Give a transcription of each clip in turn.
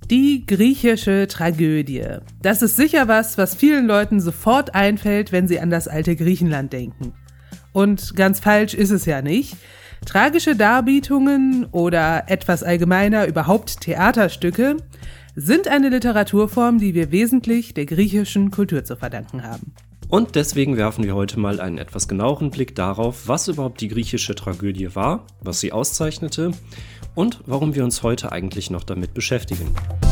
Die griechische Tragödie. Das ist sicher was vielen Leuten sofort einfällt, wenn sie an das alte Griechenland denken. Und ganz falsch ist es ja nicht. Tragische Darbietungen oder etwas allgemeiner überhaupt Theaterstücke sind eine Literaturform, die wir wesentlich der griechischen Kultur zu verdanken haben. Und deswegen werfen wir heute mal einen etwas genaueren Blick darauf, was überhaupt die griechische Tragödie war, was sie auszeichnete und warum wir uns heute eigentlich noch damit beschäftigen.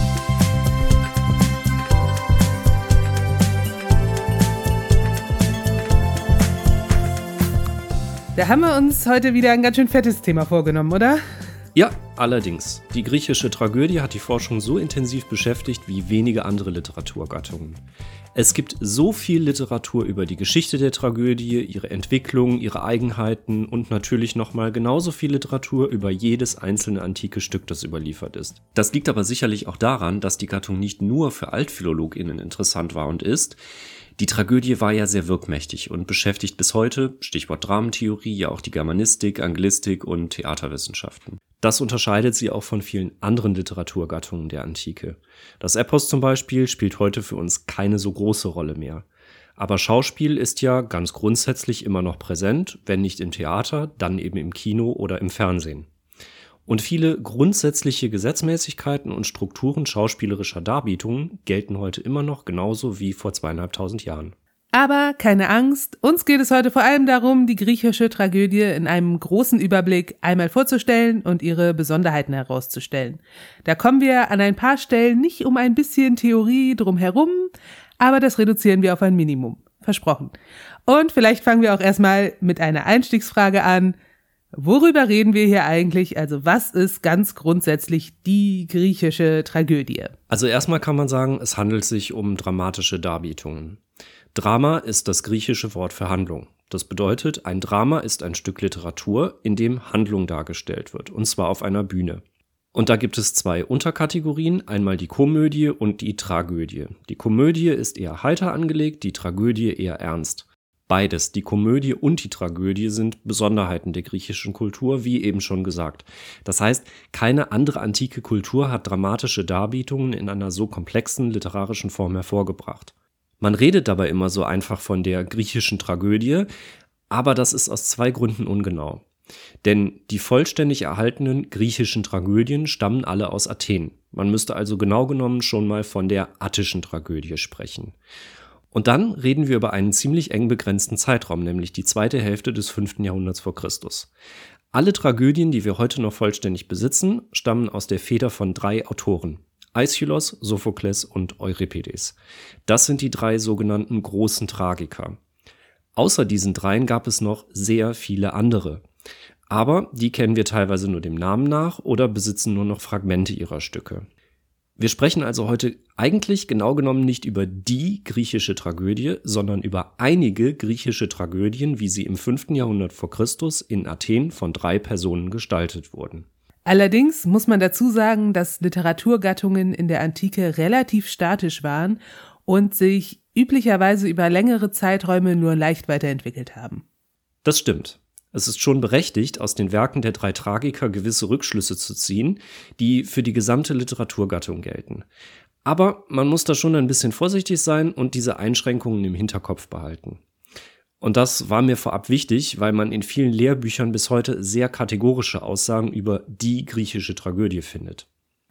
Da haben wir uns heute wieder ein ganz schön fettes Thema vorgenommen, oder? Ja, allerdings. Die griechische Tragödie hat die Forschung so intensiv beschäftigt wie wenige andere Literaturgattungen. Es gibt so viel Literatur über die Geschichte der Tragödie, ihre Entwicklung, ihre Eigenheiten und natürlich nochmal genauso viel Literatur über jedes einzelne antike Stück, das überliefert ist. Das liegt aber sicherlich auch daran, dass die Gattung nicht nur für AltphilologInnen interessant war und ist. Die Tragödie war ja sehr wirkmächtig und beschäftigt bis heute, Stichwort Dramentheorie, ja auch die Germanistik, Anglistik und Theaterwissenschaften. Das unterscheidet sie auch von vielen anderen Literaturgattungen der Antike. Das Epos zum Beispiel spielt heute für uns keine so große Rolle mehr. Aber Schauspiel ist ja ganz grundsätzlich immer noch präsent, wenn nicht im Theater, dann eben im Kino oder im Fernsehen. Und viele grundsätzliche Gesetzmäßigkeiten und Strukturen schauspielerischer Darbietungen gelten heute immer noch genauso wie vor 2500 Jahren. Aber keine Angst, uns geht es heute vor allem darum, die griechische Tragödie in einem großen Überblick einmal vorzustellen und ihre Besonderheiten herauszustellen. Da kommen wir an ein paar Stellen nicht um ein bisschen Theorie drumherum, aber das reduzieren wir auf ein Minimum. Versprochen. Und vielleicht fangen wir auch erstmal mit einer Einstiegsfrage an. Worüber reden wir hier eigentlich? Also was ist ganz grundsätzlich die griechische Tragödie? Also erstmal kann man sagen, es handelt sich um dramatische Darbietungen. Drama ist das griechische Wort für Handlung. Das bedeutet, ein Drama ist ein Stück Literatur, in dem Handlung dargestellt wird, und zwar auf einer Bühne. Und da gibt es zwei Unterkategorien, einmal die Komödie und die Tragödie. Die Komödie ist eher heiter angelegt, die Tragödie eher ernst. Beides, die Komödie und die Tragödie, sind Besonderheiten der griechischen Kultur, wie eben schon gesagt. Das heißt, keine andere antike Kultur hat dramatische Darbietungen in einer so komplexen literarischen Form hervorgebracht. Man redet dabei immer so einfach von der griechischen Tragödie, aber das ist aus zwei Gründen ungenau. Denn die vollständig erhaltenen griechischen Tragödien stammen alle aus Athen. Man müsste also genau genommen schon mal von der attischen Tragödie sprechen. Und dann reden wir über einen ziemlich eng begrenzten Zeitraum, nämlich die zweite Hälfte des 5. Jahrhunderts vor Christus. Alle Tragödien, die wir heute noch vollständig besitzen, stammen aus der Feder von 3 Autoren: Aeschylus, Sophokles und Euripides. Das sind die 3 sogenannten großen Tragiker. Außer diesen 3 gab es noch sehr viele andere. Aber die kennen wir teilweise nur dem Namen nach oder besitzen nur noch Fragmente ihrer Stücke. Wir sprechen also heute eigentlich genau genommen nicht über die griechische Tragödie, sondern über einige griechische Tragödien, wie sie im 5. Jahrhundert vor Christus in Athen von 3 Personen gestaltet wurden. Allerdings muss man dazu sagen, dass Literaturgattungen in der Antike relativ statisch waren und sich üblicherweise über längere Zeiträume nur leicht weiterentwickelt haben. Das stimmt. Es ist schon berechtigt, aus den Werken der 3 Tragiker gewisse Rückschlüsse zu ziehen, die für die gesamte Literaturgattung gelten. Aber man muss da schon ein bisschen vorsichtig sein und diese Einschränkungen im Hinterkopf behalten. Und das war mir vorab wichtig, weil man in vielen Lehrbüchern bis heute sehr kategorische Aussagen über die griechische Tragödie findet.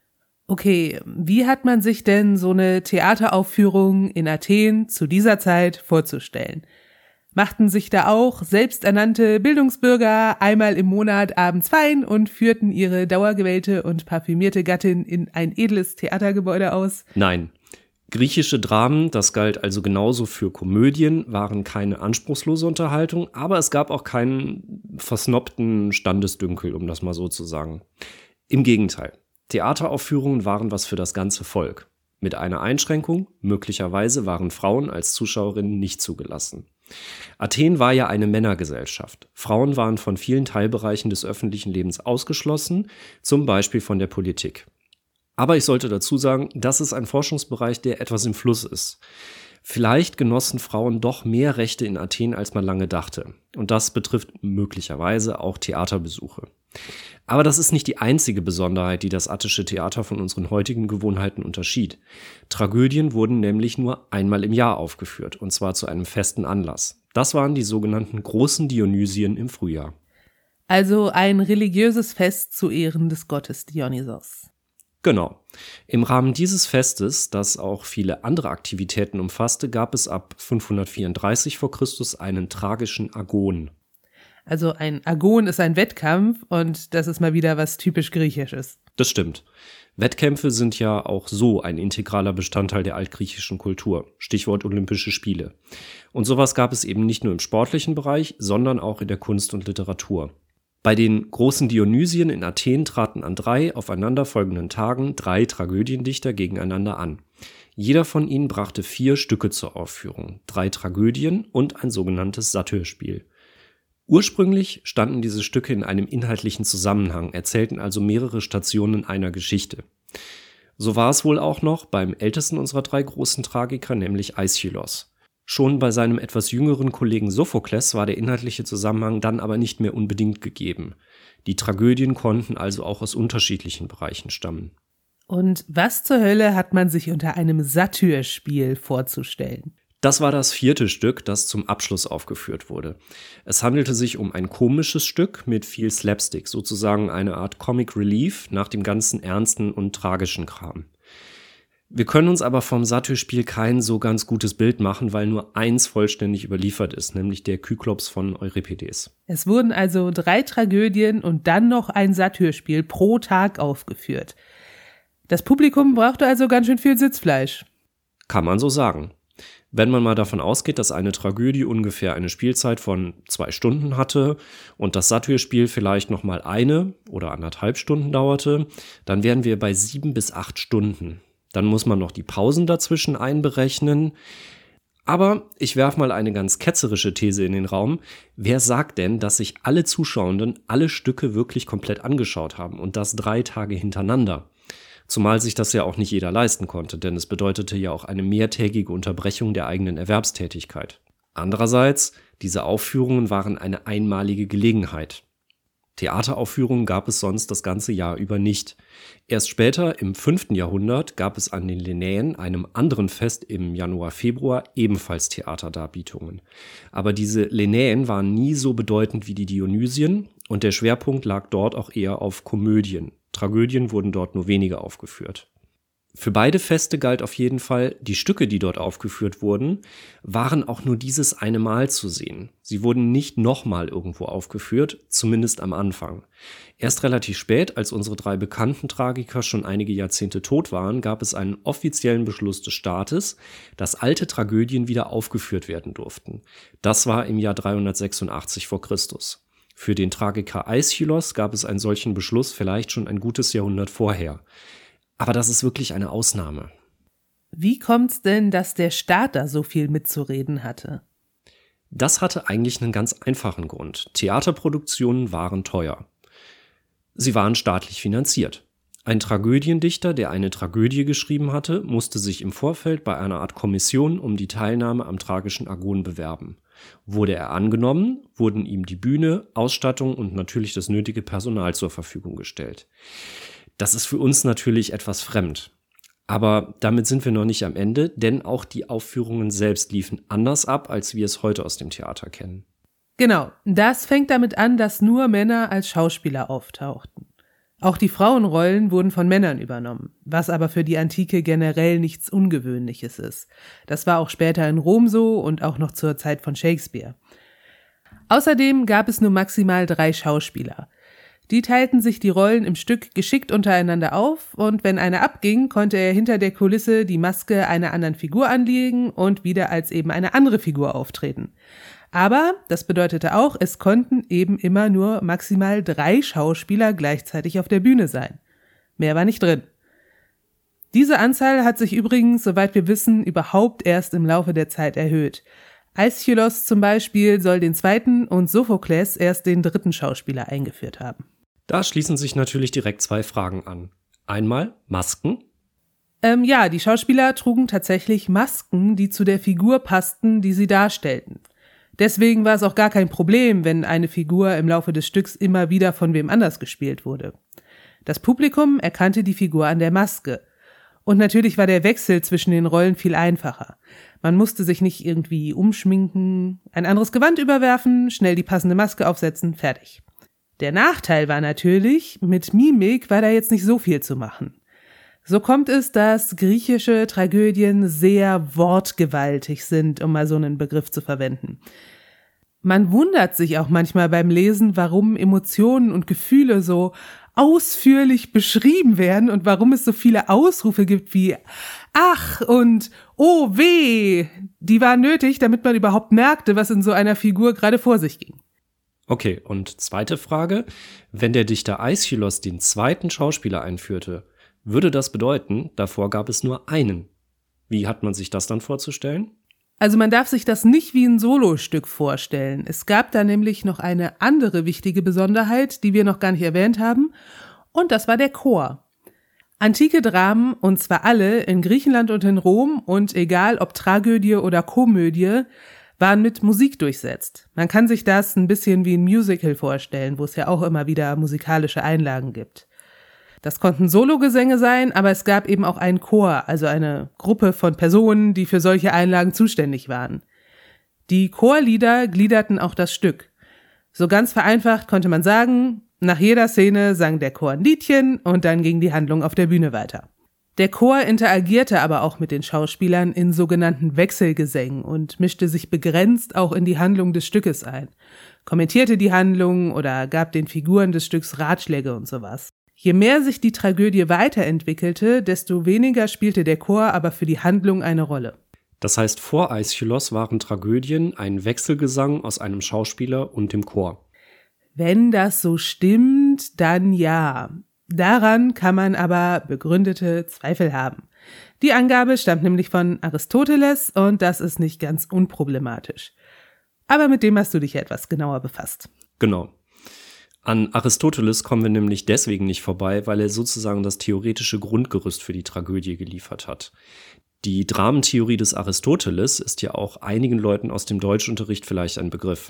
Okay, wie hat man sich denn so eine Theateraufführung in Athen zu dieser Zeit vorzustellen? Machten sich da auch selbsternannte Bildungsbürger einmal im Monat abends fein und führten ihre dauergewählte und parfümierte Gattin in ein edles Theatergebäude aus? Nein. Griechische Dramen, das galt also genauso für Komödien, waren keine anspruchslose Unterhaltung, aber es gab auch keinen versnobten Standesdünkel, um das mal so zu sagen. Im Gegenteil, Theateraufführungen waren was für das ganze Volk. Mit einer Einschränkung, möglicherweise waren Frauen als Zuschauerinnen nicht zugelassen. Athen war ja eine Männergesellschaft. Frauen waren von vielen Teilbereichen des öffentlichen Lebens ausgeschlossen, zum Beispiel von der Politik. Aber ich sollte dazu sagen, das ist ein Forschungsbereich, der etwas im Fluss ist. Vielleicht genossen Frauen doch mehr Rechte in Athen, als man lange dachte. Und das betrifft möglicherweise auch Theaterbesuche. Aber das ist nicht die einzige Besonderheit, die das attische Theater von unseren heutigen Gewohnheiten unterschied. Tragödien wurden nämlich nur einmal im Jahr aufgeführt, und zwar zu einem festen Anlass. Das waren die sogenannten großen Dionysien im Frühjahr. Also ein religiöses Fest zu Ehren des Gottes Dionysos. Genau. Im Rahmen dieses Festes, das auch viele andere Aktivitäten umfasste, gab es ab 534 v. Chr. einen tragischen Agon. Also ein Agon ist ein Wettkampf und das ist mal wieder was typisch Griechisches. Das stimmt. Wettkämpfe sind ja auch so ein integraler Bestandteil der altgriechischen Kultur. Stichwort Olympische Spiele. Und sowas gab es eben nicht nur im sportlichen Bereich, sondern auch in der Kunst und Literatur. Bei den großen Dionysien in Athen traten an 3 aufeinanderfolgenden Tagen 3 Tragödiendichter gegeneinander an. Jeder von ihnen brachte 4 Stücke zur Aufführung, 3 Tragödien und ein sogenanntes Satyrspiel. Ursprünglich standen diese Stücke in einem inhaltlichen Zusammenhang, erzählten also mehrere Stationen einer Geschichte. So war es wohl auch noch beim ältesten unserer 3 großen Tragiker, nämlich Aeschylos. Schon bei seinem etwas jüngeren Kollegen Sophokles war der inhaltliche Zusammenhang dann aber nicht mehr unbedingt gegeben. Die Tragödien konnten also auch aus unterschiedlichen Bereichen stammen. Und was zur Hölle hat man sich unter einem Satyrspiel vorzustellen? Das war das 4. Stück, das zum Abschluss aufgeführt wurde. Es handelte sich um ein komisches Stück mit viel Slapstick, sozusagen eine Art Comic Relief nach dem ganzen ernsten und tragischen Kram. Wir können uns aber vom Satyrspiel kein so ganz gutes Bild machen, weil nur eins vollständig überliefert ist, nämlich der Kyklops von Euripides. Es wurden also 3 Tragödien und dann noch ein Satyrspiel pro Tag aufgeführt. Das Publikum brauchte also ganz schön viel Sitzfleisch. Kann man so sagen. Wenn man mal davon ausgeht, dass eine Tragödie ungefähr eine Spielzeit von 2 Stunden hatte und das Satyrspiel vielleicht nochmal 1 oder 1,5 Stunden dauerte, dann wären wir bei 7 bis 8 Stunden. Dann muss man noch die Pausen dazwischen einberechnen. Aber ich werfe mal eine ganz ketzerische These in den Raum. Wer sagt denn, dass sich alle Zuschauenden alle Stücke wirklich komplett angeschaut haben und das 3 Tage hintereinander? Zumal sich das ja auch nicht jeder leisten konnte, denn es bedeutete ja auch eine mehrtägige Unterbrechung der eigenen Erwerbstätigkeit. Andererseits, diese Aufführungen waren eine einmalige Gelegenheit. Theateraufführungen gab es sonst das ganze Jahr über nicht. Erst später, im 5. Jahrhundert, gab es an den Lenäen, einem anderen Fest im Januar, Februar, ebenfalls Theaterdarbietungen. Aber diese Lenäen waren nie so bedeutend wie die Dionysien und der Schwerpunkt lag dort auch eher auf Komödien. Tragödien wurden dort nur weniger aufgeführt. Für beide Feste galt auf jeden Fall, die Stücke, die dort aufgeführt wurden, waren auch nur dieses eine Mal zu sehen. Sie wurden nicht nochmal irgendwo aufgeführt, zumindest am Anfang. Erst relativ spät, als unsere 3 bekannten Tragiker schon einige Jahrzehnte tot waren, gab es einen offiziellen Beschluss des Staates, dass alte Tragödien wieder aufgeführt werden durften. Das war im Jahr 386 v. Chr. Für den Tragiker Aeschylos gab es einen solchen Beschluss vielleicht schon ein gutes Jahrhundert vorher. Aber das ist wirklich eine Ausnahme. Wie kommt's denn, dass der Staat da so viel mitzureden hatte? Das hatte eigentlich einen ganz einfachen Grund. Theaterproduktionen waren teuer. Sie waren staatlich finanziert. Ein Tragödiendichter, der eine Tragödie geschrieben hatte, musste sich im Vorfeld bei einer Art Kommission um die Teilnahme am tragischen Agon bewerben. Wurde er angenommen, wurden ihm die Bühne, Ausstattung und natürlich das nötige Personal zur Verfügung gestellt. Das ist für uns natürlich etwas fremd. Aber damit sind wir noch nicht am Ende, denn auch die Aufführungen selbst liefen anders ab, als wir es heute aus dem Theater kennen. Genau, das fängt damit an, dass nur Männer als Schauspieler auftauchten. Auch die Frauenrollen wurden von Männern übernommen, was aber für die Antike generell nichts Ungewöhnliches ist. Das war auch später in Rom so und auch noch zur Zeit von Shakespeare. Außerdem gab es nur maximal 3 Schauspieler. Die teilten sich die Rollen im Stück geschickt untereinander auf und wenn einer abging, konnte er hinter der Kulisse die Maske einer anderen Figur anlegen und wieder als eben eine andere Figur auftreten. Aber das bedeutete auch, es konnten eben immer nur maximal 3 Schauspieler gleichzeitig auf der Bühne sein. Mehr war nicht drin. Diese Anzahl hat sich übrigens, soweit wir wissen, überhaupt erst im Laufe der Zeit erhöht. Aeschylos zum Beispiel soll den 2. und Sophokles erst den 3. Schauspieler eingeführt haben. Da schließen sich natürlich direkt 2 Fragen an. Einmal Masken. Ja, die Schauspieler trugen tatsächlich Masken, die zu der Figur passten, die sie darstellten. Deswegen war es auch gar kein Problem, wenn eine Figur im Laufe des Stücks immer wieder von wem anders gespielt wurde. Das Publikum erkannte die Figur an der Maske. Und natürlich war der Wechsel zwischen den Rollen viel einfacher. Man musste sich nicht irgendwie umschminken, ein anderes Gewand überwerfen, schnell die passende Maske aufsetzen, fertig. Der Nachteil war natürlich, mit Mimik war da jetzt nicht so viel zu machen. So kommt es, dass griechische Tragödien sehr wortgewaltig sind, um mal so einen Begriff zu verwenden. Man wundert sich auch manchmal beim Lesen, warum Emotionen und Gefühle so ausführlich beschrieben werden und warum es so viele Ausrufe gibt wie ach und oh weh. Die waren nötig, damit man überhaupt merkte, was in so einer Figur gerade vor sich ging. Okay, und zweite Frage. Wenn der Dichter Aeschylus den zweiten Schauspieler einführte, würde das bedeuten, davor gab es nur einen. Wie hat man sich das dann vorzustellen? Also man darf sich das nicht wie ein Solostück vorstellen. Es gab da nämlich noch eine andere wichtige Besonderheit, die wir noch gar nicht erwähnt haben, und das war der Chor. Antike Dramen, und zwar alle, in Griechenland und in Rom, und egal ob Tragödie oder Komödie, waren mit Musik durchsetzt. Man kann sich das ein bisschen wie ein Musical vorstellen, wo es ja auch immer wieder musikalische Einlagen gibt. Das konnten Sologesänge sein, aber es gab eben auch einen Chor, also eine Gruppe von Personen, die für solche Einlagen zuständig waren. Die Chorlieder gliederten auch das Stück. So ganz vereinfacht konnte man sagen, nach jeder Szene sang der Chor ein Liedchen und dann ging die Handlung auf der Bühne weiter. Der Chor interagierte aber auch mit den Schauspielern in sogenannten Wechselgesängen und mischte sich begrenzt auch in die Handlung des Stückes ein, kommentierte die Handlung oder gab den Figuren des Stücks Ratschläge und sowas. Je mehr sich die Tragödie weiterentwickelte, desto weniger spielte der Chor aber für die Handlung eine Rolle. Das heißt, vor Aeschylus waren Tragödien ein Wechselgesang aus einem Schauspieler und dem Chor. Wenn das so stimmt, dann ja. Daran kann man aber begründete Zweifel haben. Die Angabe stammt nämlich von Aristoteles und das ist nicht ganz unproblematisch. Aber mit dem hast du dich ja etwas genauer befasst. Genau. An Aristoteles kommen wir nämlich deswegen nicht vorbei, weil er sozusagen das theoretische Grundgerüst für die Tragödie geliefert hat. Die Dramentheorie des Aristoteles ist ja auch einigen Leuten aus dem Deutschunterricht vielleicht ein Begriff.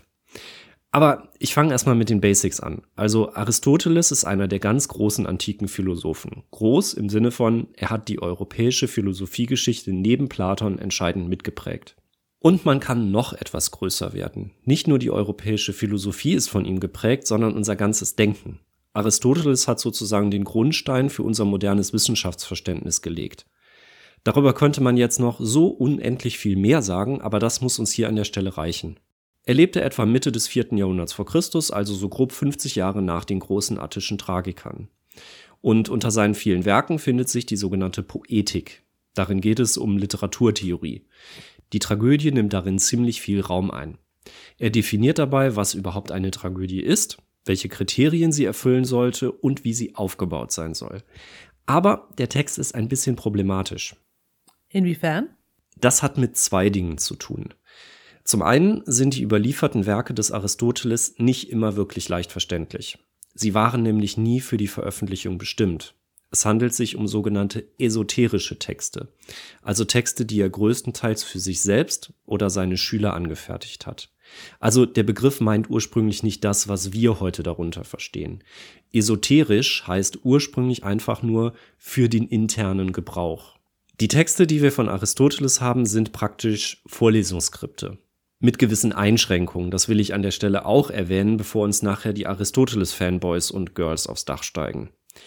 Aber ich fange erstmal mit den Basics an. Also Aristoteles ist einer der ganz großen antiken Philosophen. Groß im Sinne von, er hat die europäische Philosophiegeschichte neben Platon entscheidend mitgeprägt. Und man kann noch etwas größer werden. Nicht nur die europäische Philosophie ist von ihm geprägt, sondern unser ganzes Denken. Aristoteles hat sozusagen den Grundstein für unser modernes Wissenschaftsverständnis gelegt. Darüber könnte man jetzt noch so unendlich viel mehr sagen, aber das muss uns hier an der Stelle reichen. Er lebte etwa Mitte des 4. Jahrhunderts vor Christus, also so grob 50 Jahre nach den großen attischen Tragikern. Und unter seinen vielen Werken findet sich die sogenannte Poetik. Darin geht es um Literaturtheorie. Die Tragödie nimmt darin ziemlich viel Raum ein. Er definiert dabei, was überhaupt eine Tragödie ist, welche Kriterien sie erfüllen sollte und wie sie aufgebaut sein soll. Aber der Text ist ein bisschen problematisch. Inwiefern? Das hat mit zwei Dingen zu tun. Zum einen sind die überlieferten Werke des Aristoteles nicht immer wirklich leicht verständlich. Sie waren nämlich nie für die Veröffentlichung bestimmt. Es handelt sich um sogenannte esoterische Texte, also Texte, die er größtenteils für sich selbst oder seine Schüler angefertigt hat. Also der Begriff meint ursprünglich nicht das, was wir heute darunter verstehen. Esoterisch heißt ursprünglich einfach nur für den internen Gebrauch. Die Texte, die wir von Aristoteles haben, sind praktisch Vorlesungsskripte. Mit gewissen Einschränkungen, das will ich an der Stelle auch erwähnen, bevor uns nachher die Aristoteles-Fanboys und Girls aufs Dach steigen.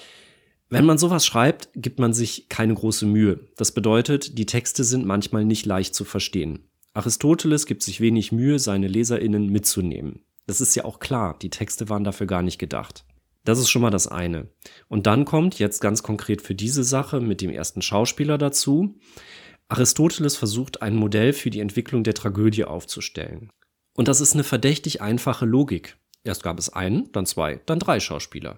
Wenn man sowas schreibt, gibt man sich keine große Mühe. Das bedeutet, die Texte sind manchmal nicht leicht zu verstehen. Aristoteles gibt sich wenig Mühe, seine LeserInnen mitzunehmen. Das ist ja auch klar, die Texte waren dafür gar nicht gedacht. Das ist schon mal das eine. Und dann kommt jetzt ganz konkret für diese Sache mit dem ersten Schauspieler dazu. Aristoteles versucht, ein Modell für die Entwicklung der Tragödie aufzustellen. Und das ist eine verdächtig einfache Logik. Erst gab es einen, dann zwei, dann drei Schauspieler.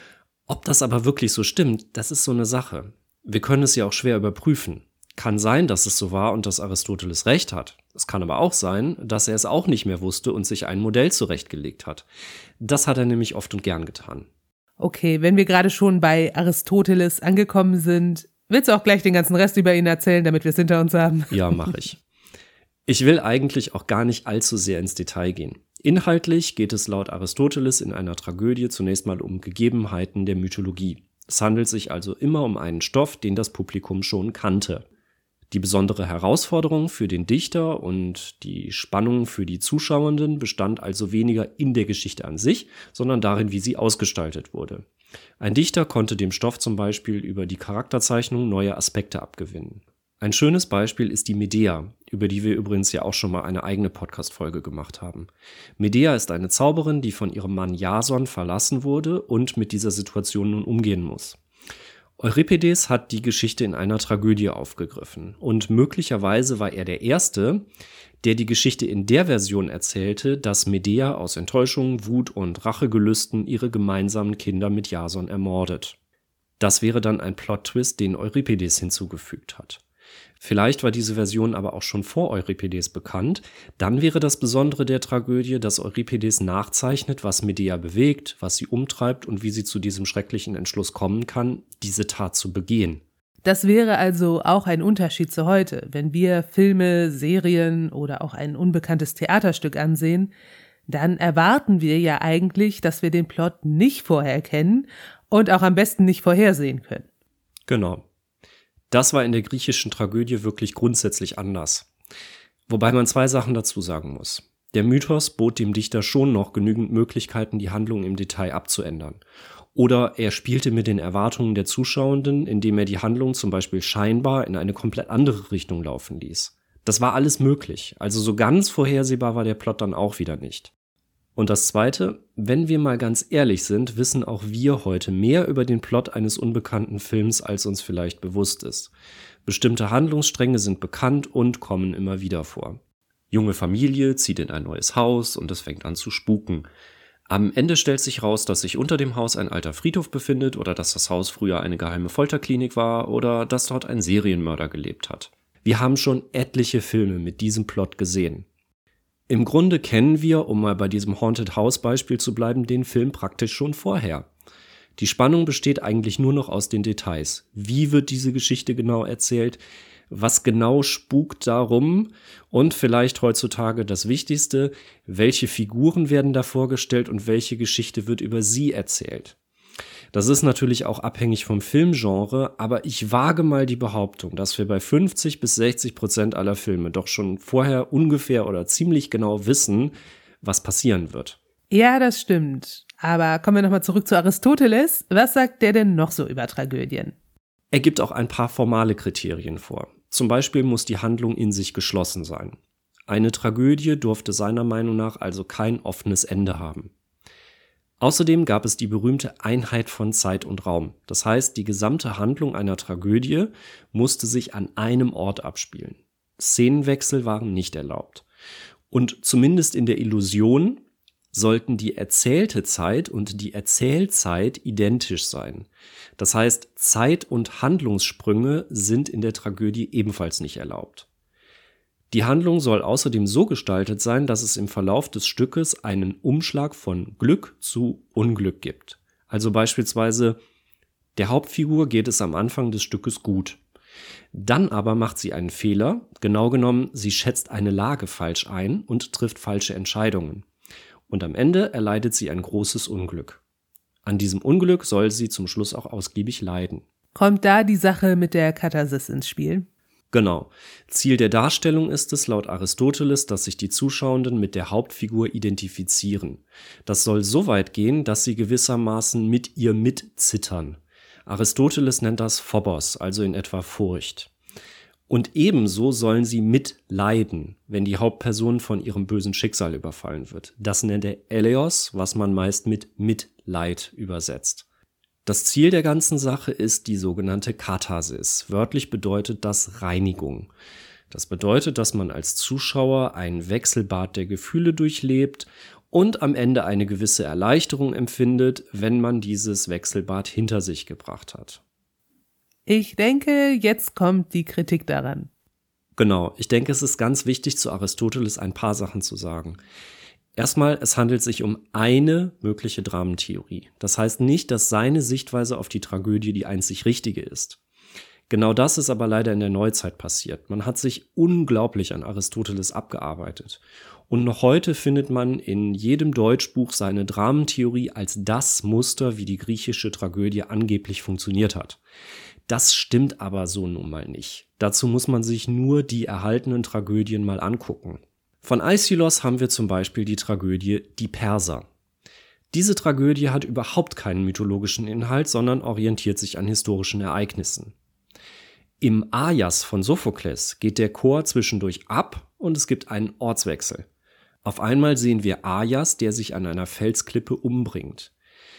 Ob das aber wirklich so stimmt, das ist so eine Sache. Wir können es ja auch schwer überprüfen. Kann sein, dass es so war und dass Aristoteles recht hat. Es kann aber auch sein, dass er es auch nicht mehr wusste und sich ein Modell zurechtgelegt hat. Das hat er nämlich oft und gern getan. Okay, wenn wir gerade schon bei Aristoteles angekommen sind, willst du auch gleich den ganzen Rest über ihn erzählen, damit wir es hinter uns haben? Ja, mache ich. Ich will eigentlich auch gar nicht allzu sehr ins Detail gehen. Inhaltlich geht es laut Aristoteles in einer Tragödie zunächst mal um Gegebenheiten der Mythologie. Es handelt sich also immer um einen Stoff, den das Publikum schon kannte. Die besondere Herausforderung für den Dichter und die Spannung für die Zuschauenden bestand also weniger in der Geschichte an sich, sondern darin, wie sie ausgestaltet wurde. Ein Dichter konnte dem Stoff zum Beispiel über die Charakterzeichnung neue Aspekte abgewinnen. Ein schönes Beispiel ist die Medea, über die wir übrigens ja auch schon mal eine eigene Podcast-Folge gemacht haben. Medea ist eine Zauberin, die von ihrem Mann Jason verlassen wurde und mit dieser Situation nun umgehen muss. Euripides hat die Geschichte in einer Tragödie aufgegriffen und möglicherweise war er der Erste, der die Geschichte in der Version erzählte, dass Medea aus Enttäuschung, Wut und Rachegelüsten ihre gemeinsamen Kinder mit Jason ermordet. Das wäre dann ein Plot-Twist, den Euripides hinzugefügt hat. Vielleicht war diese Version aber auch schon vor Euripides bekannt. Dann wäre das Besondere der Tragödie, dass Euripides nachzeichnet, was Medea bewegt, was sie umtreibt und wie sie zu diesem schrecklichen Entschluss kommen kann, diese Tat zu begehen. Das wäre also auch ein Unterschied zu heute. Wenn wir Filme, Serien oder auch ein unbekanntes Theaterstück ansehen, dann erwarten wir ja eigentlich, dass wir den Plot nicht vorher kennen und auch am besten nicht vorhersehen können. Genau. Das war in der griechischen Tragödie wirklich grundsätzlich anders. Wobei man 2 Sachen dazu sagen muss. Der Mythos bot dem Dichter schon noch genügend Möglichkeiten, die Handlung im Detail abzuändern. Oder er spielte mit den Erwartungen der Zuschauenden, indem er die Handlung zum Beispiel scheinbar in eine komplett andere Richtung laufen ließ. Das war alles möglich, also so ganz vorhersehbar war der Plot dann auch wieder nicht. Und das Zweite, wenn wir mal ganz ehrlich sind, wissen auch wir heute mehr über den Plot eines unbekannten Films, als uns vielleicht bewusst ist. Bestimmte Handlungsstränge sind bekannt und kommen immer wieder vor. Junge Familie zieht in ein neues Haus und es fängt an zu spuken. Am Ende stellt sich raus, dass sich unter dem Haus ein alter Friedhof befindet oder dass das Haus früher eine geheime Folterklinik war oder dass dort ein Serienmörder gelebt hat. Wir haben schon etliche Filme mit diesem Plot gesehen. Im Grunde kennen wir, um mal bei diesem Haunted House Beispiel zu bleiben, den Film praktisch schon vorher. Die Spannung besteht eigentlich nur noch aus den Details. Wie wird diese Geschichte genau erzählt? Was genau spukt darum? Und vielleicht heutzutage das Wichtigste, welche Figuren werden da vorgestellt und welche Geschichte wird über sie erzählt? Das ist natürlich auch abhängig vom Filmgenre, aber ich wage mal die Behauptung, dass wir bei 50-60% aller Filme doch schon vorher ungefähr oder ziemlich genau wissen, was passieren wird. Ja, das stimmt. Aber kommen wir nochmal zurück zu Aristoteles. Was sagt der denn noch so über Tragödien? Er gibt auch ein paar formale Kriterien vor. Zum Beispiel muss die Handlung in sich geschlossen sein. Eine Tragödie durfte seiner Meinung nach also kein offenes Ende haben. Außerdem gab es die berühmte Einheit von Zeit und Raum. Das heißt, die gesamte Handlung einer Tragödie musste sich an einem Ort abspielen. Szenenwechsel waren nicht erlaubt. Und zumindest in der Illusion sollten die erzählte Zeit und die Erzählzeit identisch sein. Das heißt, Zeit- und Handlungssprünge sind in der Tragödie ebenfalls nicht erlaubt. Die Handlung soll außerdem so gestaltet sein, dass es im Verlauf des Stückes einen Umschlag von Glück zu Unglück gibt. Also beispielsweise, der Hauptfigur geht es am Anfang des Stückes gut. Dann aber macht sie einen Fehler, genau genommen, sie schätzt eine Lage falsch ein und trifft falsche Entscheidungen. Und am Ende erleidet sie ein großes Unglück. An diesem Unglück soll sie zum Schluss auch ausgiebig leiden. Kommt da die Sache mit der Katharsis ins Spiel? Genau. Ziel der Darstellung ist es laut Aristoteles, dass sich die Zuschauenden mit der Hauptfigur identifizieren. Das soll so weit gehen, dass sie gewissermaßen mit ihr mitzittern. Aristoteles nennt das Phobos, also in etwa Furcht. Und ebenso sollen sie mitleiden, wenn die Hauptperson von ihrem bösen Schicksal überfallen wird. Das nennt er Eleos, was man meist mit Mitleid übersetzt. Das Ziel der ganzen Sache ist die sogenannte Katharsis. Wörtlich bedeutet das Reinigung. Das bedeutet, dass man als Zuschauer ein Wechselbad der Gefühle durchlebt und am Ende eine gewisse Erleichterung empfindet, wenn man dieses Wechselbad hinter sich gebracht hat. Ich denke, jetzt kommt die Kritik daran. Genau, ich denke, es ist ganz wichtig, zu Aristoteles ein paar Sachen zu sagen. Erstmal, es handelt sich um eine mögliche Dramentheorie. Das heißt nicht, dass seine Sichtweise auf die Tragödie die einzig richtige ist. Genau das ist aber leider in der Neuzeit passiert. Man hat sich unglaublich an Aristoteles abgearbeitet. Und noch heute findet man in jedem Deutschbuch seine Dramentheorie als das Muster, wie die griechische Tragödie angeblich funktioniert hat. Das stimmt aber so nun mal nicht. Dazu muss man sich nur die erhaltenen Tragödien mal angucken. Von Aischylos haben wir zum Beispiel die Tragödie Die Perser. Diese Tragödie hat überhaupt keinen mythologischen Inhalt, sondern orientiert sich an historischen Ereignissen. Im Aias von Sophokles geht der Chor zwischendurch ab und es gibt einen Ortswechsel. Auf einmal sehen wir Aias, der sich an einer Felsklippe umbringt.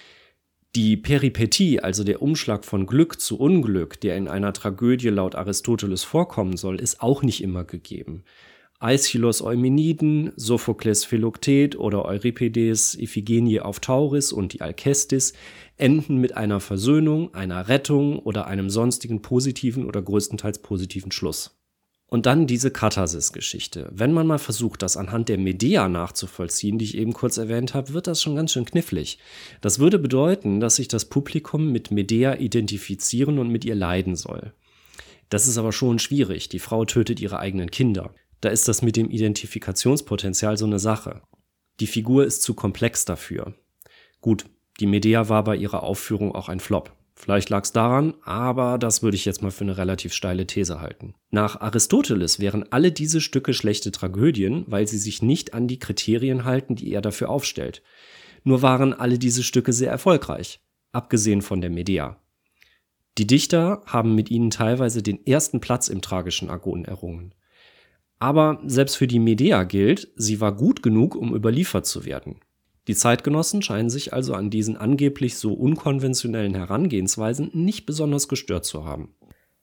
Die Peripetie, also der Umschlag von Glück zu Unglück, der in einer Tragödie laut Aristoteles vorkommen soll, ist auch nicht immer gegeben. Aischylos Eumeniden, Sophokles Philoktet oder Euripides Iphigenie auf Tauris und die Alkestis enden mit einer Versöhnung, einer Rettung oder einem sonstigen positiven oder größtenteils positiven Schluss. Und dann diese Katharsis-Geschichte. Wenn man mal versucht, das anhand der Medea nachzuvollziehen, die ich eben kurz erwähnt habe, wird das schon ganz schön knifflig. Das würde bedeuten, dass sich das Publikum mit Medea identifizieren und mit ihr leiden soll. Das ist aber schon schwierig. Die Frau tötet ihre eigenen Kinder. Da ist das mit dem Identifikationspotenzial so eine Sache. Die Figur ist zu komplex dafür. Gut, die Medea war bei ihrer Aufführung auch ein Flop. Vielleicht lag es daran, aber das würde ich jetzt mal für eine relativ steile These halten. Nach Aristoteles wären alle diese Stücke schlechte Tragödien, weil sie sich nicht an die Kriterien halten, die er dafür aufstellt. Nur waren alle diese Stücke sehr erfolgreich, abgesehen von der Medea. Die Dichter haben mit ihnen teilweise den ersten Platz im tragischen Agon errungen. Aber selbst für die Medea gilt, sie war gut genug, um überliefert zu werden. Die Zeitgenossen scheinen sich also an diesen angeblich so unkonventionellen Herangehensweisen nicht besonders gestört zu haben.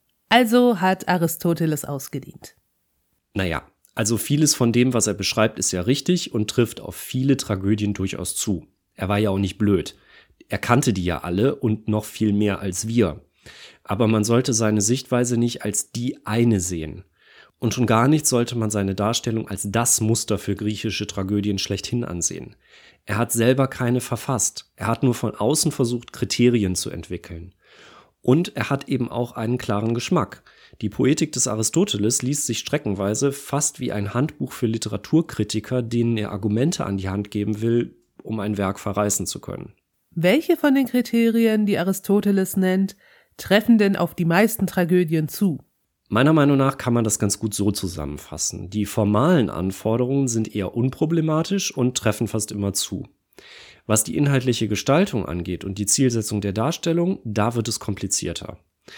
Also hat Aristoteles ausgedient. Naja, also vieles von dem, was er beschreibt, ist ja richtig und trifft auf viele Tragödien durchaus zu. Er war ja auch nicht blöd. Er kannte die ja alle und noch viel mehr als wir. Aber man sollte seine Sichtweise nicht als die eine sehen. Und schon gar nicht sollte man seine Darstellung als das Muster für griechische Tragödien schlechthin ansehen. Er hat selber keine verfasst. Er hat nur von außen versucht, Kriterien zu entwickeln. Und er hat eben auch einen klaren Geschmack. Die Poetik des Aristoteles liest sich streckenweise fast wie ein Handbuch für Literaturkritiker, denen er Argumente an die Hand geben will, um ein Werk verreißen zu können. Welche von den Kriterien, die Aristoteles nennt, treffen denn auf die meisten Tragödien zu? Meiner Meinung nach kann man das ganz gut so zusammenfassen. Die formalen Anforderungen sind eher unproblematisch und treffen fast immer zu. Was die inhaltliche Gestaltung angeht und die Zielsetzung der Darstellung, da wird es komplizierter.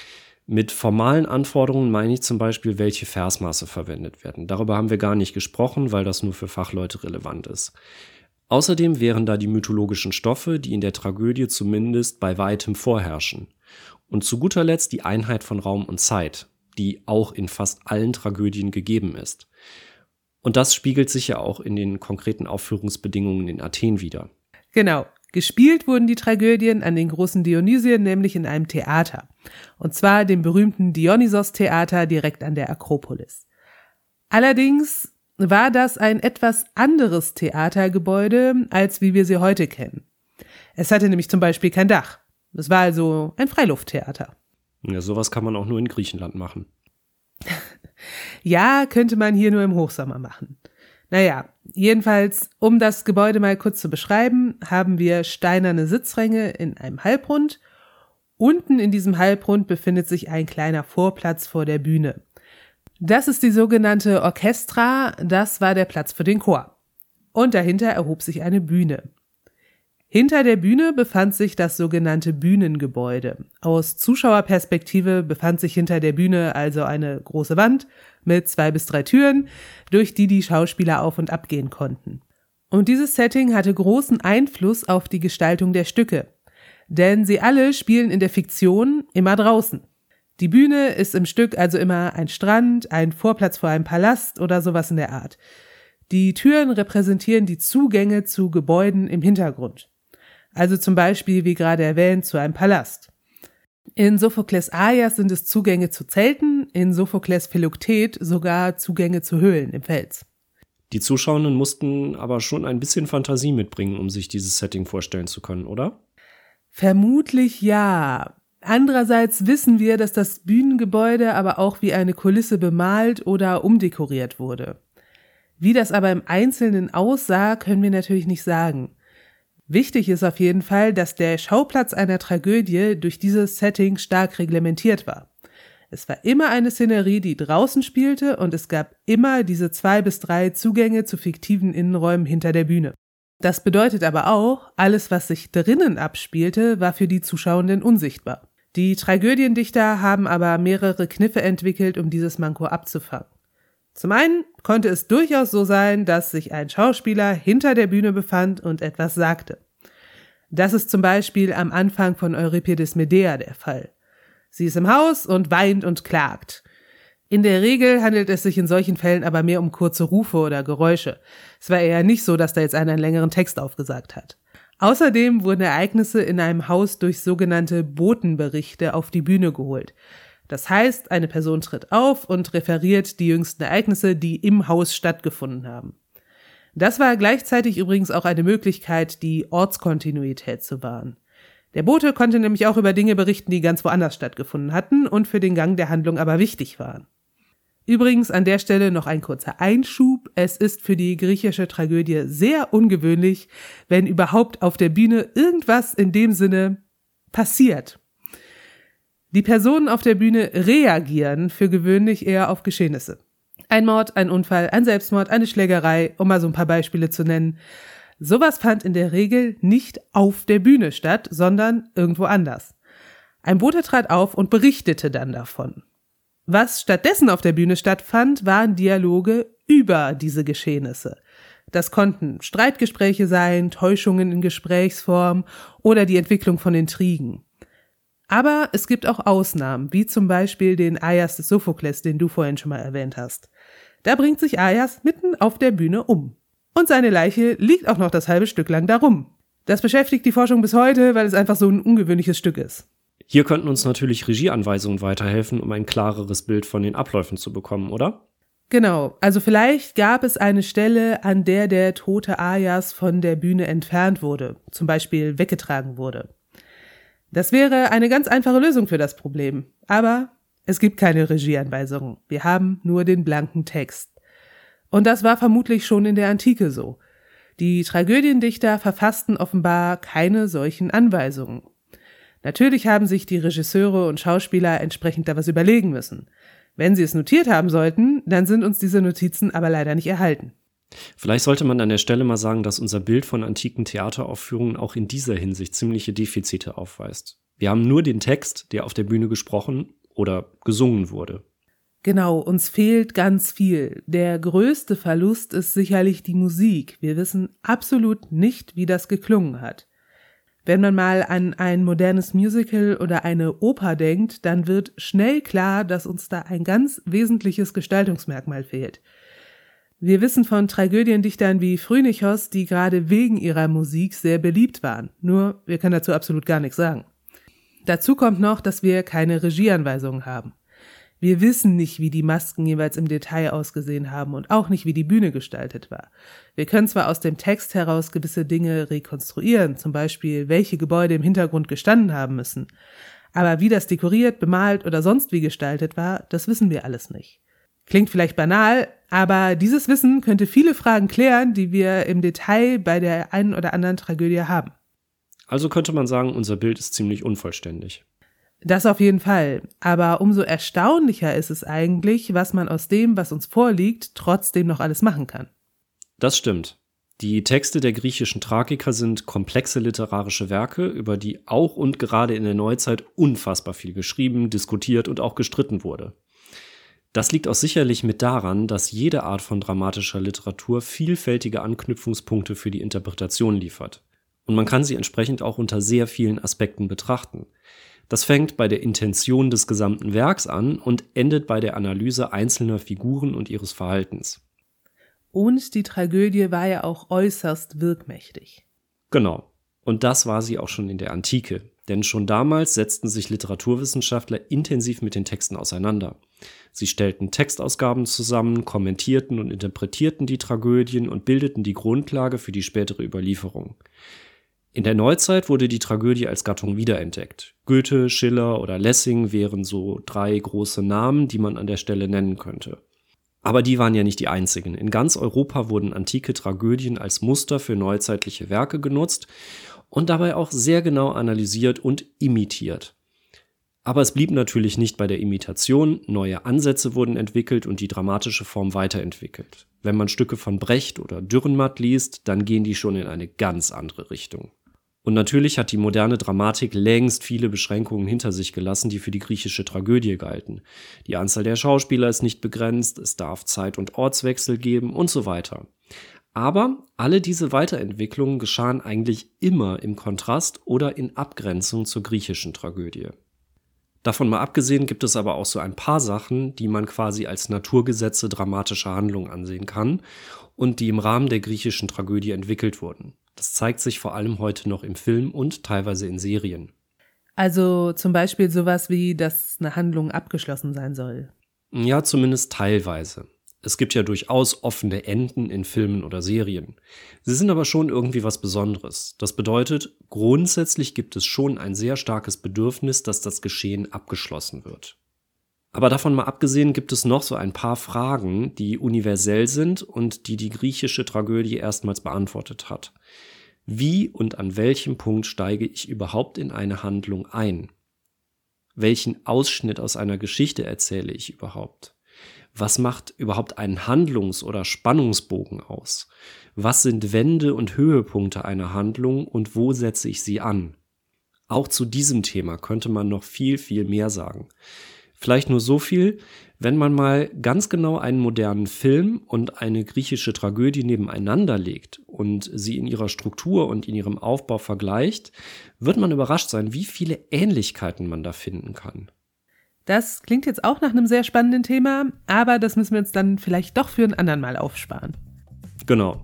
Mit formalen Anforderungen meine ich zum Beispiel, welche Versmaße verwendet werden. Darüber haben wir gar nicht gesprochen, weil das nur für Fachleute relevant ist. Außerdem wären da die mythologischen Stoffe, die in der Tragödie zumindest bei weitem vorherrschen. Und zu guter Letzt die Einheit von Raum und Zeit, die auch in fast allen Tragödien gegeben ist. Und das spiegelt sich ja auch in den konkreten Aufführungsbedingungen in Athen wider. Genau. Gespielt wurden die Tragödien an den großen Dionysien nämlich in einem Theater. Und zwar dem berühmten Dionysos-Theater direkt an der Akropolis. Allerdings war das ein etwas anderes Theatergebäude, als wie wir sie heute kennen. Es hatte nämlich zum Beispiel kein Dach. Es war also ein Freilufttheater. Ja, sowas kann man auch nur in Griechenland machen. Ja, könnte man hier nur im Hochsommer machen. Naja, jedenfalls, um das Gebäude mal kurz zu beschreiben, haben wir steinerne Sitzränge in einem Halbrund. Unten in diesem Halbrund befindet sich ein kleiner Vorplatz vor der Bühne. Das ist die sogenannte Orchestra, das war der Platz für den Chor. Und dahinter erhob sich eine Bühne. Hinter der Bühne befand sich das sogenannte Bühnengebäude. Aus Zuschauerperspektive befand sich hinter der Bühne also eine große Wand mit 2 bis 3 Türen, durch die die Schauspieler auf- und abgehen konnten. Und dieses Setting hatte großen Einfluss auf die Gestaltung der Stücke, denn sie alle spielen in der Fiktion immer draußen. Die Bühne ist im Stück also immer ein Strand, ein Vorplatz vor einem Palast oder sowas in der Art. Die Türen repräsentieren die Zugänge zu Gebäuden im Hintergrund. Also zum Beispiel, wie gerade erwähnt, zu einem Palast. In Sophokles Aias sind es Zugänge zu Zelten, in Sophokles Philoktet sogar Zugänge zu Höhlen im Fels. Die Zuschauenden mussten aber schon ein bisschen Fantasie mitbringen, um sich dieses Setting vorstellen zu können, oder? Vermutlich ja. Andererseits wissen wir, dass das Bühnengebäude aber auch wie eine Kulisse bemalt oder umdekoriert wurde. Wie das aber im Einzelnen aussah, können wir natürlich nicht sagen. Wichtig ist auf jeden Fall, dass der Schauplatz einer Tragödie durch dieses Setting stark reglementiert war. Es war immer eine Szenerie, die draußen spielte, und es gab immer diese 2 bis 3 Zugänge zu fiktiven Innenräumen hinter der Bühne. Das bedeutet aber auch, alles, was sich drinnen abspielte, war für die Zuschauenden unsichtbar. Die Tragödiendichter haben aber mehrere Kniffe entwickelt, um dieses Manko abzufangen. Zum einen konnte es durchaus so sein, dass sich ein Schauspieler hinter der Bühne befand und etwas sagte. Das ist zum Beispiel am Anfang von Euripides Medea der Fall. Sie ist im Haus und weint und klagt. In der Regel handelt es sich in solchen Fällen aber mehr um kurze Rufe oder Geräusche. Es war eher nicht so, dass da jetzt einer einen längeren Text aufgesagt hat. Außerdem wurden Ereignisse in einem Haus durch sogenannte Botenberichte auf die Bühne geholt. Das heißt, eine Person tritt auf und referiert die jüngsten Ereignisse, die im Haus stattgefunden haben. Das war gleichzeitig übrigens auch eine Möglichkeit, die Ortskontinuität zu wahren. Der Bote konnte nämlich auch über Dinge berichten, die ganz woanders stattgefunden hatten und für den Gang der Handlung aber wichtig waren. Übrigens an der Stelle noch ein kurzer Einschub. Es ist für die griechische Tragödie sehr ungewöhnlich, wenn überhaupt auf der Bühne irgendwas in dem Sinne passiert. Die Personen auf der Bühne reagieren für gewöhnlich eher auf Geschehnisse. Ein Mord, ein Unfall, ein Selbstmord, eine Schlägerei, um mal so ein paar Beispiele zu nennen. Sowas fand in der Regel nicht auf der Bühne statt, sondern irgendwo anders. Ein Bote trat auf und berichtete dann davon. Was stattdessen auf der Bühne stattfand, waren Dialoge über diese Geschehnisse. Das konnten Streitgespräche sein, Täuschungen in Gesprächsform oder die Entwicklung von Intrigen. Aber es gibt auch Ausnahmen, wie zum Beispiel den Aias des Sophokles, den du vorhin schon mal erwähnt hast. Da bringt sich Aias mitten auf der Bühne um. Und seine Leiche liegt auch noch das halbe Stück lang darum. Das beschäftigt die Forschung bis heute, weil es einfach so ein ungewöhnliches Stück ist. Hier könnten uns natürlich Regieanweisungen weiterhelfen, um ein klareres Bild von den Abläufen zu bekommen, oder? Genau, also vielleicht gab es eine Stelle, an der der tote Aias von der Bühne entfernt wurde, zum Beispiel weggetragen wurde. Das wäre eine ganz einfache Lösung für das Problem. Aber es gibt keine Regieanweisungen. Wir haben nur den blanken Text. Und das war vermutlich schon in der Antike so. Die Tragödiendichter verfassten offenbar keine solchen Anweisungen. Natürlich haben sich die Regisseure und Schauspieler entsprechend da was überlegen müssen. Wenn sie es notiert haben sollten, dann sind uns diese Notizen aber leider nicht erhalten. Vielleicht sollte man an der Stelle mal sagen, dass unser Bild von antiken Theateraufführungen auch in dieser Hinsicht ziemliche Defizite aufweist. Wir haben nur den Text, der auf der Bühne gesprochen oder gesungen wurde. Genau, uns fehlt ganz viel. Der größte Verlust ist sicherlich die Musik. Wir wissen absolut nicht, wie das geklungen hat. Wenn man mal an ein modernes Musical oder eine Oper denkt, dann wird schnell klar, dass uns da ein ganz wesentliches Gestaltungsmerkmal fehlt. Wir wissen von Tragödiendichtern wie Phrynichos, die gerade wegen ihrer Musik sehr beliebt waren. Nur, wir können dazu absolut gar nichts sagen. Dazu kommt noch, dass wir keine Regieanweisungen haben. Wir wissen nicht, wie die Masken jeweils im Detail ausgesehen haben und auch nicht, wie die Bühne gestaltet war. Wir können zwar aus dem Text heraus gewisse Dinge rekonstruieren, zum Beispiel, welche Gebäude im Hintergrund gestanden haben müssen. Aber wie das dekoriert, bemalt oder sonst wie gestaltet war, das wissen wir alles nicht. Klingt vielleicht banal, aber dieses Wissen könnte viele Fragen klären, die wir im Detail bei der einen oder anderen Tragödie haben. Also könnte man sagen, unser Bild ist ziemlich unvollständig. Das auf jeden Fall. Aber umso erstaunlicher ist es eigentlich, was man aus dem, was uns vorliegt, trotzdem noch alles machen kann. Das stimmt. Die Texte der griechischen Tragiker sind komplexe literarische Werke, über die auch und gerade in der Neuzeit unfassbar viel geschrieben, diskutiert und auch gestritten wurde. Das liegt auch sicherlich mit daran, dass jede Art von dramatischer Literatur vielfältige Anknüpfungspunkte für die Interpretation liefert. Und man kann sie entsprechend auch unter sehr vielen Aspekten betrachten. Das fängt bei der Intention des gesamten Werks an und endet bei der Analyse einzelner Figuren und ihres Verhaltens. Und die Tragödie war ja auch äußerst wirkmächtig. Genau. Und das war sie auch schon in der Antike. Denn schon damals setzten sich Literaturwissenschaftler intensiv mit den Texten auseinander. Sie stellten Textausgaben zusammen, kommentierten und interpretierten die Tragödien und bildeten die Grundlage für die spätere Überlieferung. In der Neuzeit wurde die Tragödie als Gattung wiederentdeckt. Goethe, Schiller oder Lessing wären so 3 große Namen, die man an der Stelle nennen könnte. Aber die waren ja nicht die einzigen. In ganz Europa wurden antike Tragödien als Muster für neuzeitliche Werke genutzt und dabei auch sehr genau analysiert und imitiert. Aber es blieb natürlich nicht bei der Imitation, neue Ansätze wurden entwickelt und die dramatische Form weiterentwickelt. Wenn man Stücke von Brecht oder Dürrenmatt liest, dann gehen die schon in eine ganz andere Richtung. Und natürlich hat die moderne Dramatik längst viele Beschränkungen hinter sich gelassen, die für die griechische Tragödie galten. Die Anzahl der Schauspieler ist nicht begrenzt, es darf Zeit- und Ortswechsel geben und so weiter. Aber alle diese Weiterentwicklungen geschahen eigentlich immer im Kontrast oder in Abgrenzung zur griechischen Tragödie. Davon mal abgesehen gibt es aber auch so ein paar Sachen, die man quasi als Naturgesetze dramatischer Handlung ansehen kann und die im Rahmen der griechischen Tragödie entwickelt wurden. Das zeigt sich vor allem heute noch im Film und teilweise in Serien. Also zum Beispiel sowas wie, dass eine Handlung abgeschlossen sein soll. Ja, zumindest teilweise. Es gibt ja durchaus offene Enden in Filmen oder Serien. Sie sind aber schon irgendwie was Besonderes. Das bedeutet, grundsätzlich gibt es schon ein sehr starkes Bedürfnis, dass das Geschehen abgeschlossen wird. Aber davon mal abgesehen gibt es noch so ein paar Fragen, die universell sind und die die griechische Tragödie erstmals beantwortet hat. Wie und an welchem Punkt steige ich überhaupt in eine Handlung ein? Welchen Ausschnitt aus einer Geschichte erzähle ich überhaupt? Was macht überhaupt einen Handlungs- oder Spannungsbogen aus? Was sind Wende- und Höhepunkte einer Handlung und wo setze ich sie an? Auch zu diesem Thema könnte man noch viel, viel mehr sagen. Vielleicht nur so viel, wenn man mal ganz genau einen modernen Film und eine griechische Tragödie nebeneinander legt und sie in ihrer Struktur und in ihrem Aufbau vergleicht, wird man überrascht sein, wie viele Ähnlichkeiten man da finden kann. Das klingt jetzt auch nach einem sehr spannenden Thema, aber das müssen wir uns dann vielleicht doch für ein anderen Mal aufsparen. Genau.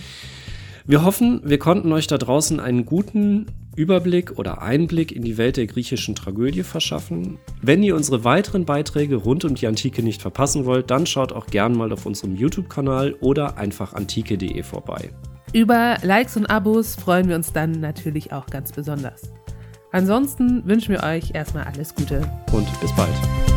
Wir hoffen, wir konnten euch da draußen einen guten Überblick oder Einblick in die Welt der griechischen Tragödie verschaffen. Wenn ihr unsere weiteren Beiträge rund um die Antike nicht verpassen wollt, dann schaut auch gern mal auf unserem YouTube-Kanal oder einfach antike.de vorbei. Über Likes und Abos freuen wir uns dann natürlich auch ganz besonders. Ansonsten wünschen wir euch erstmal alles Gute. Und bis bald.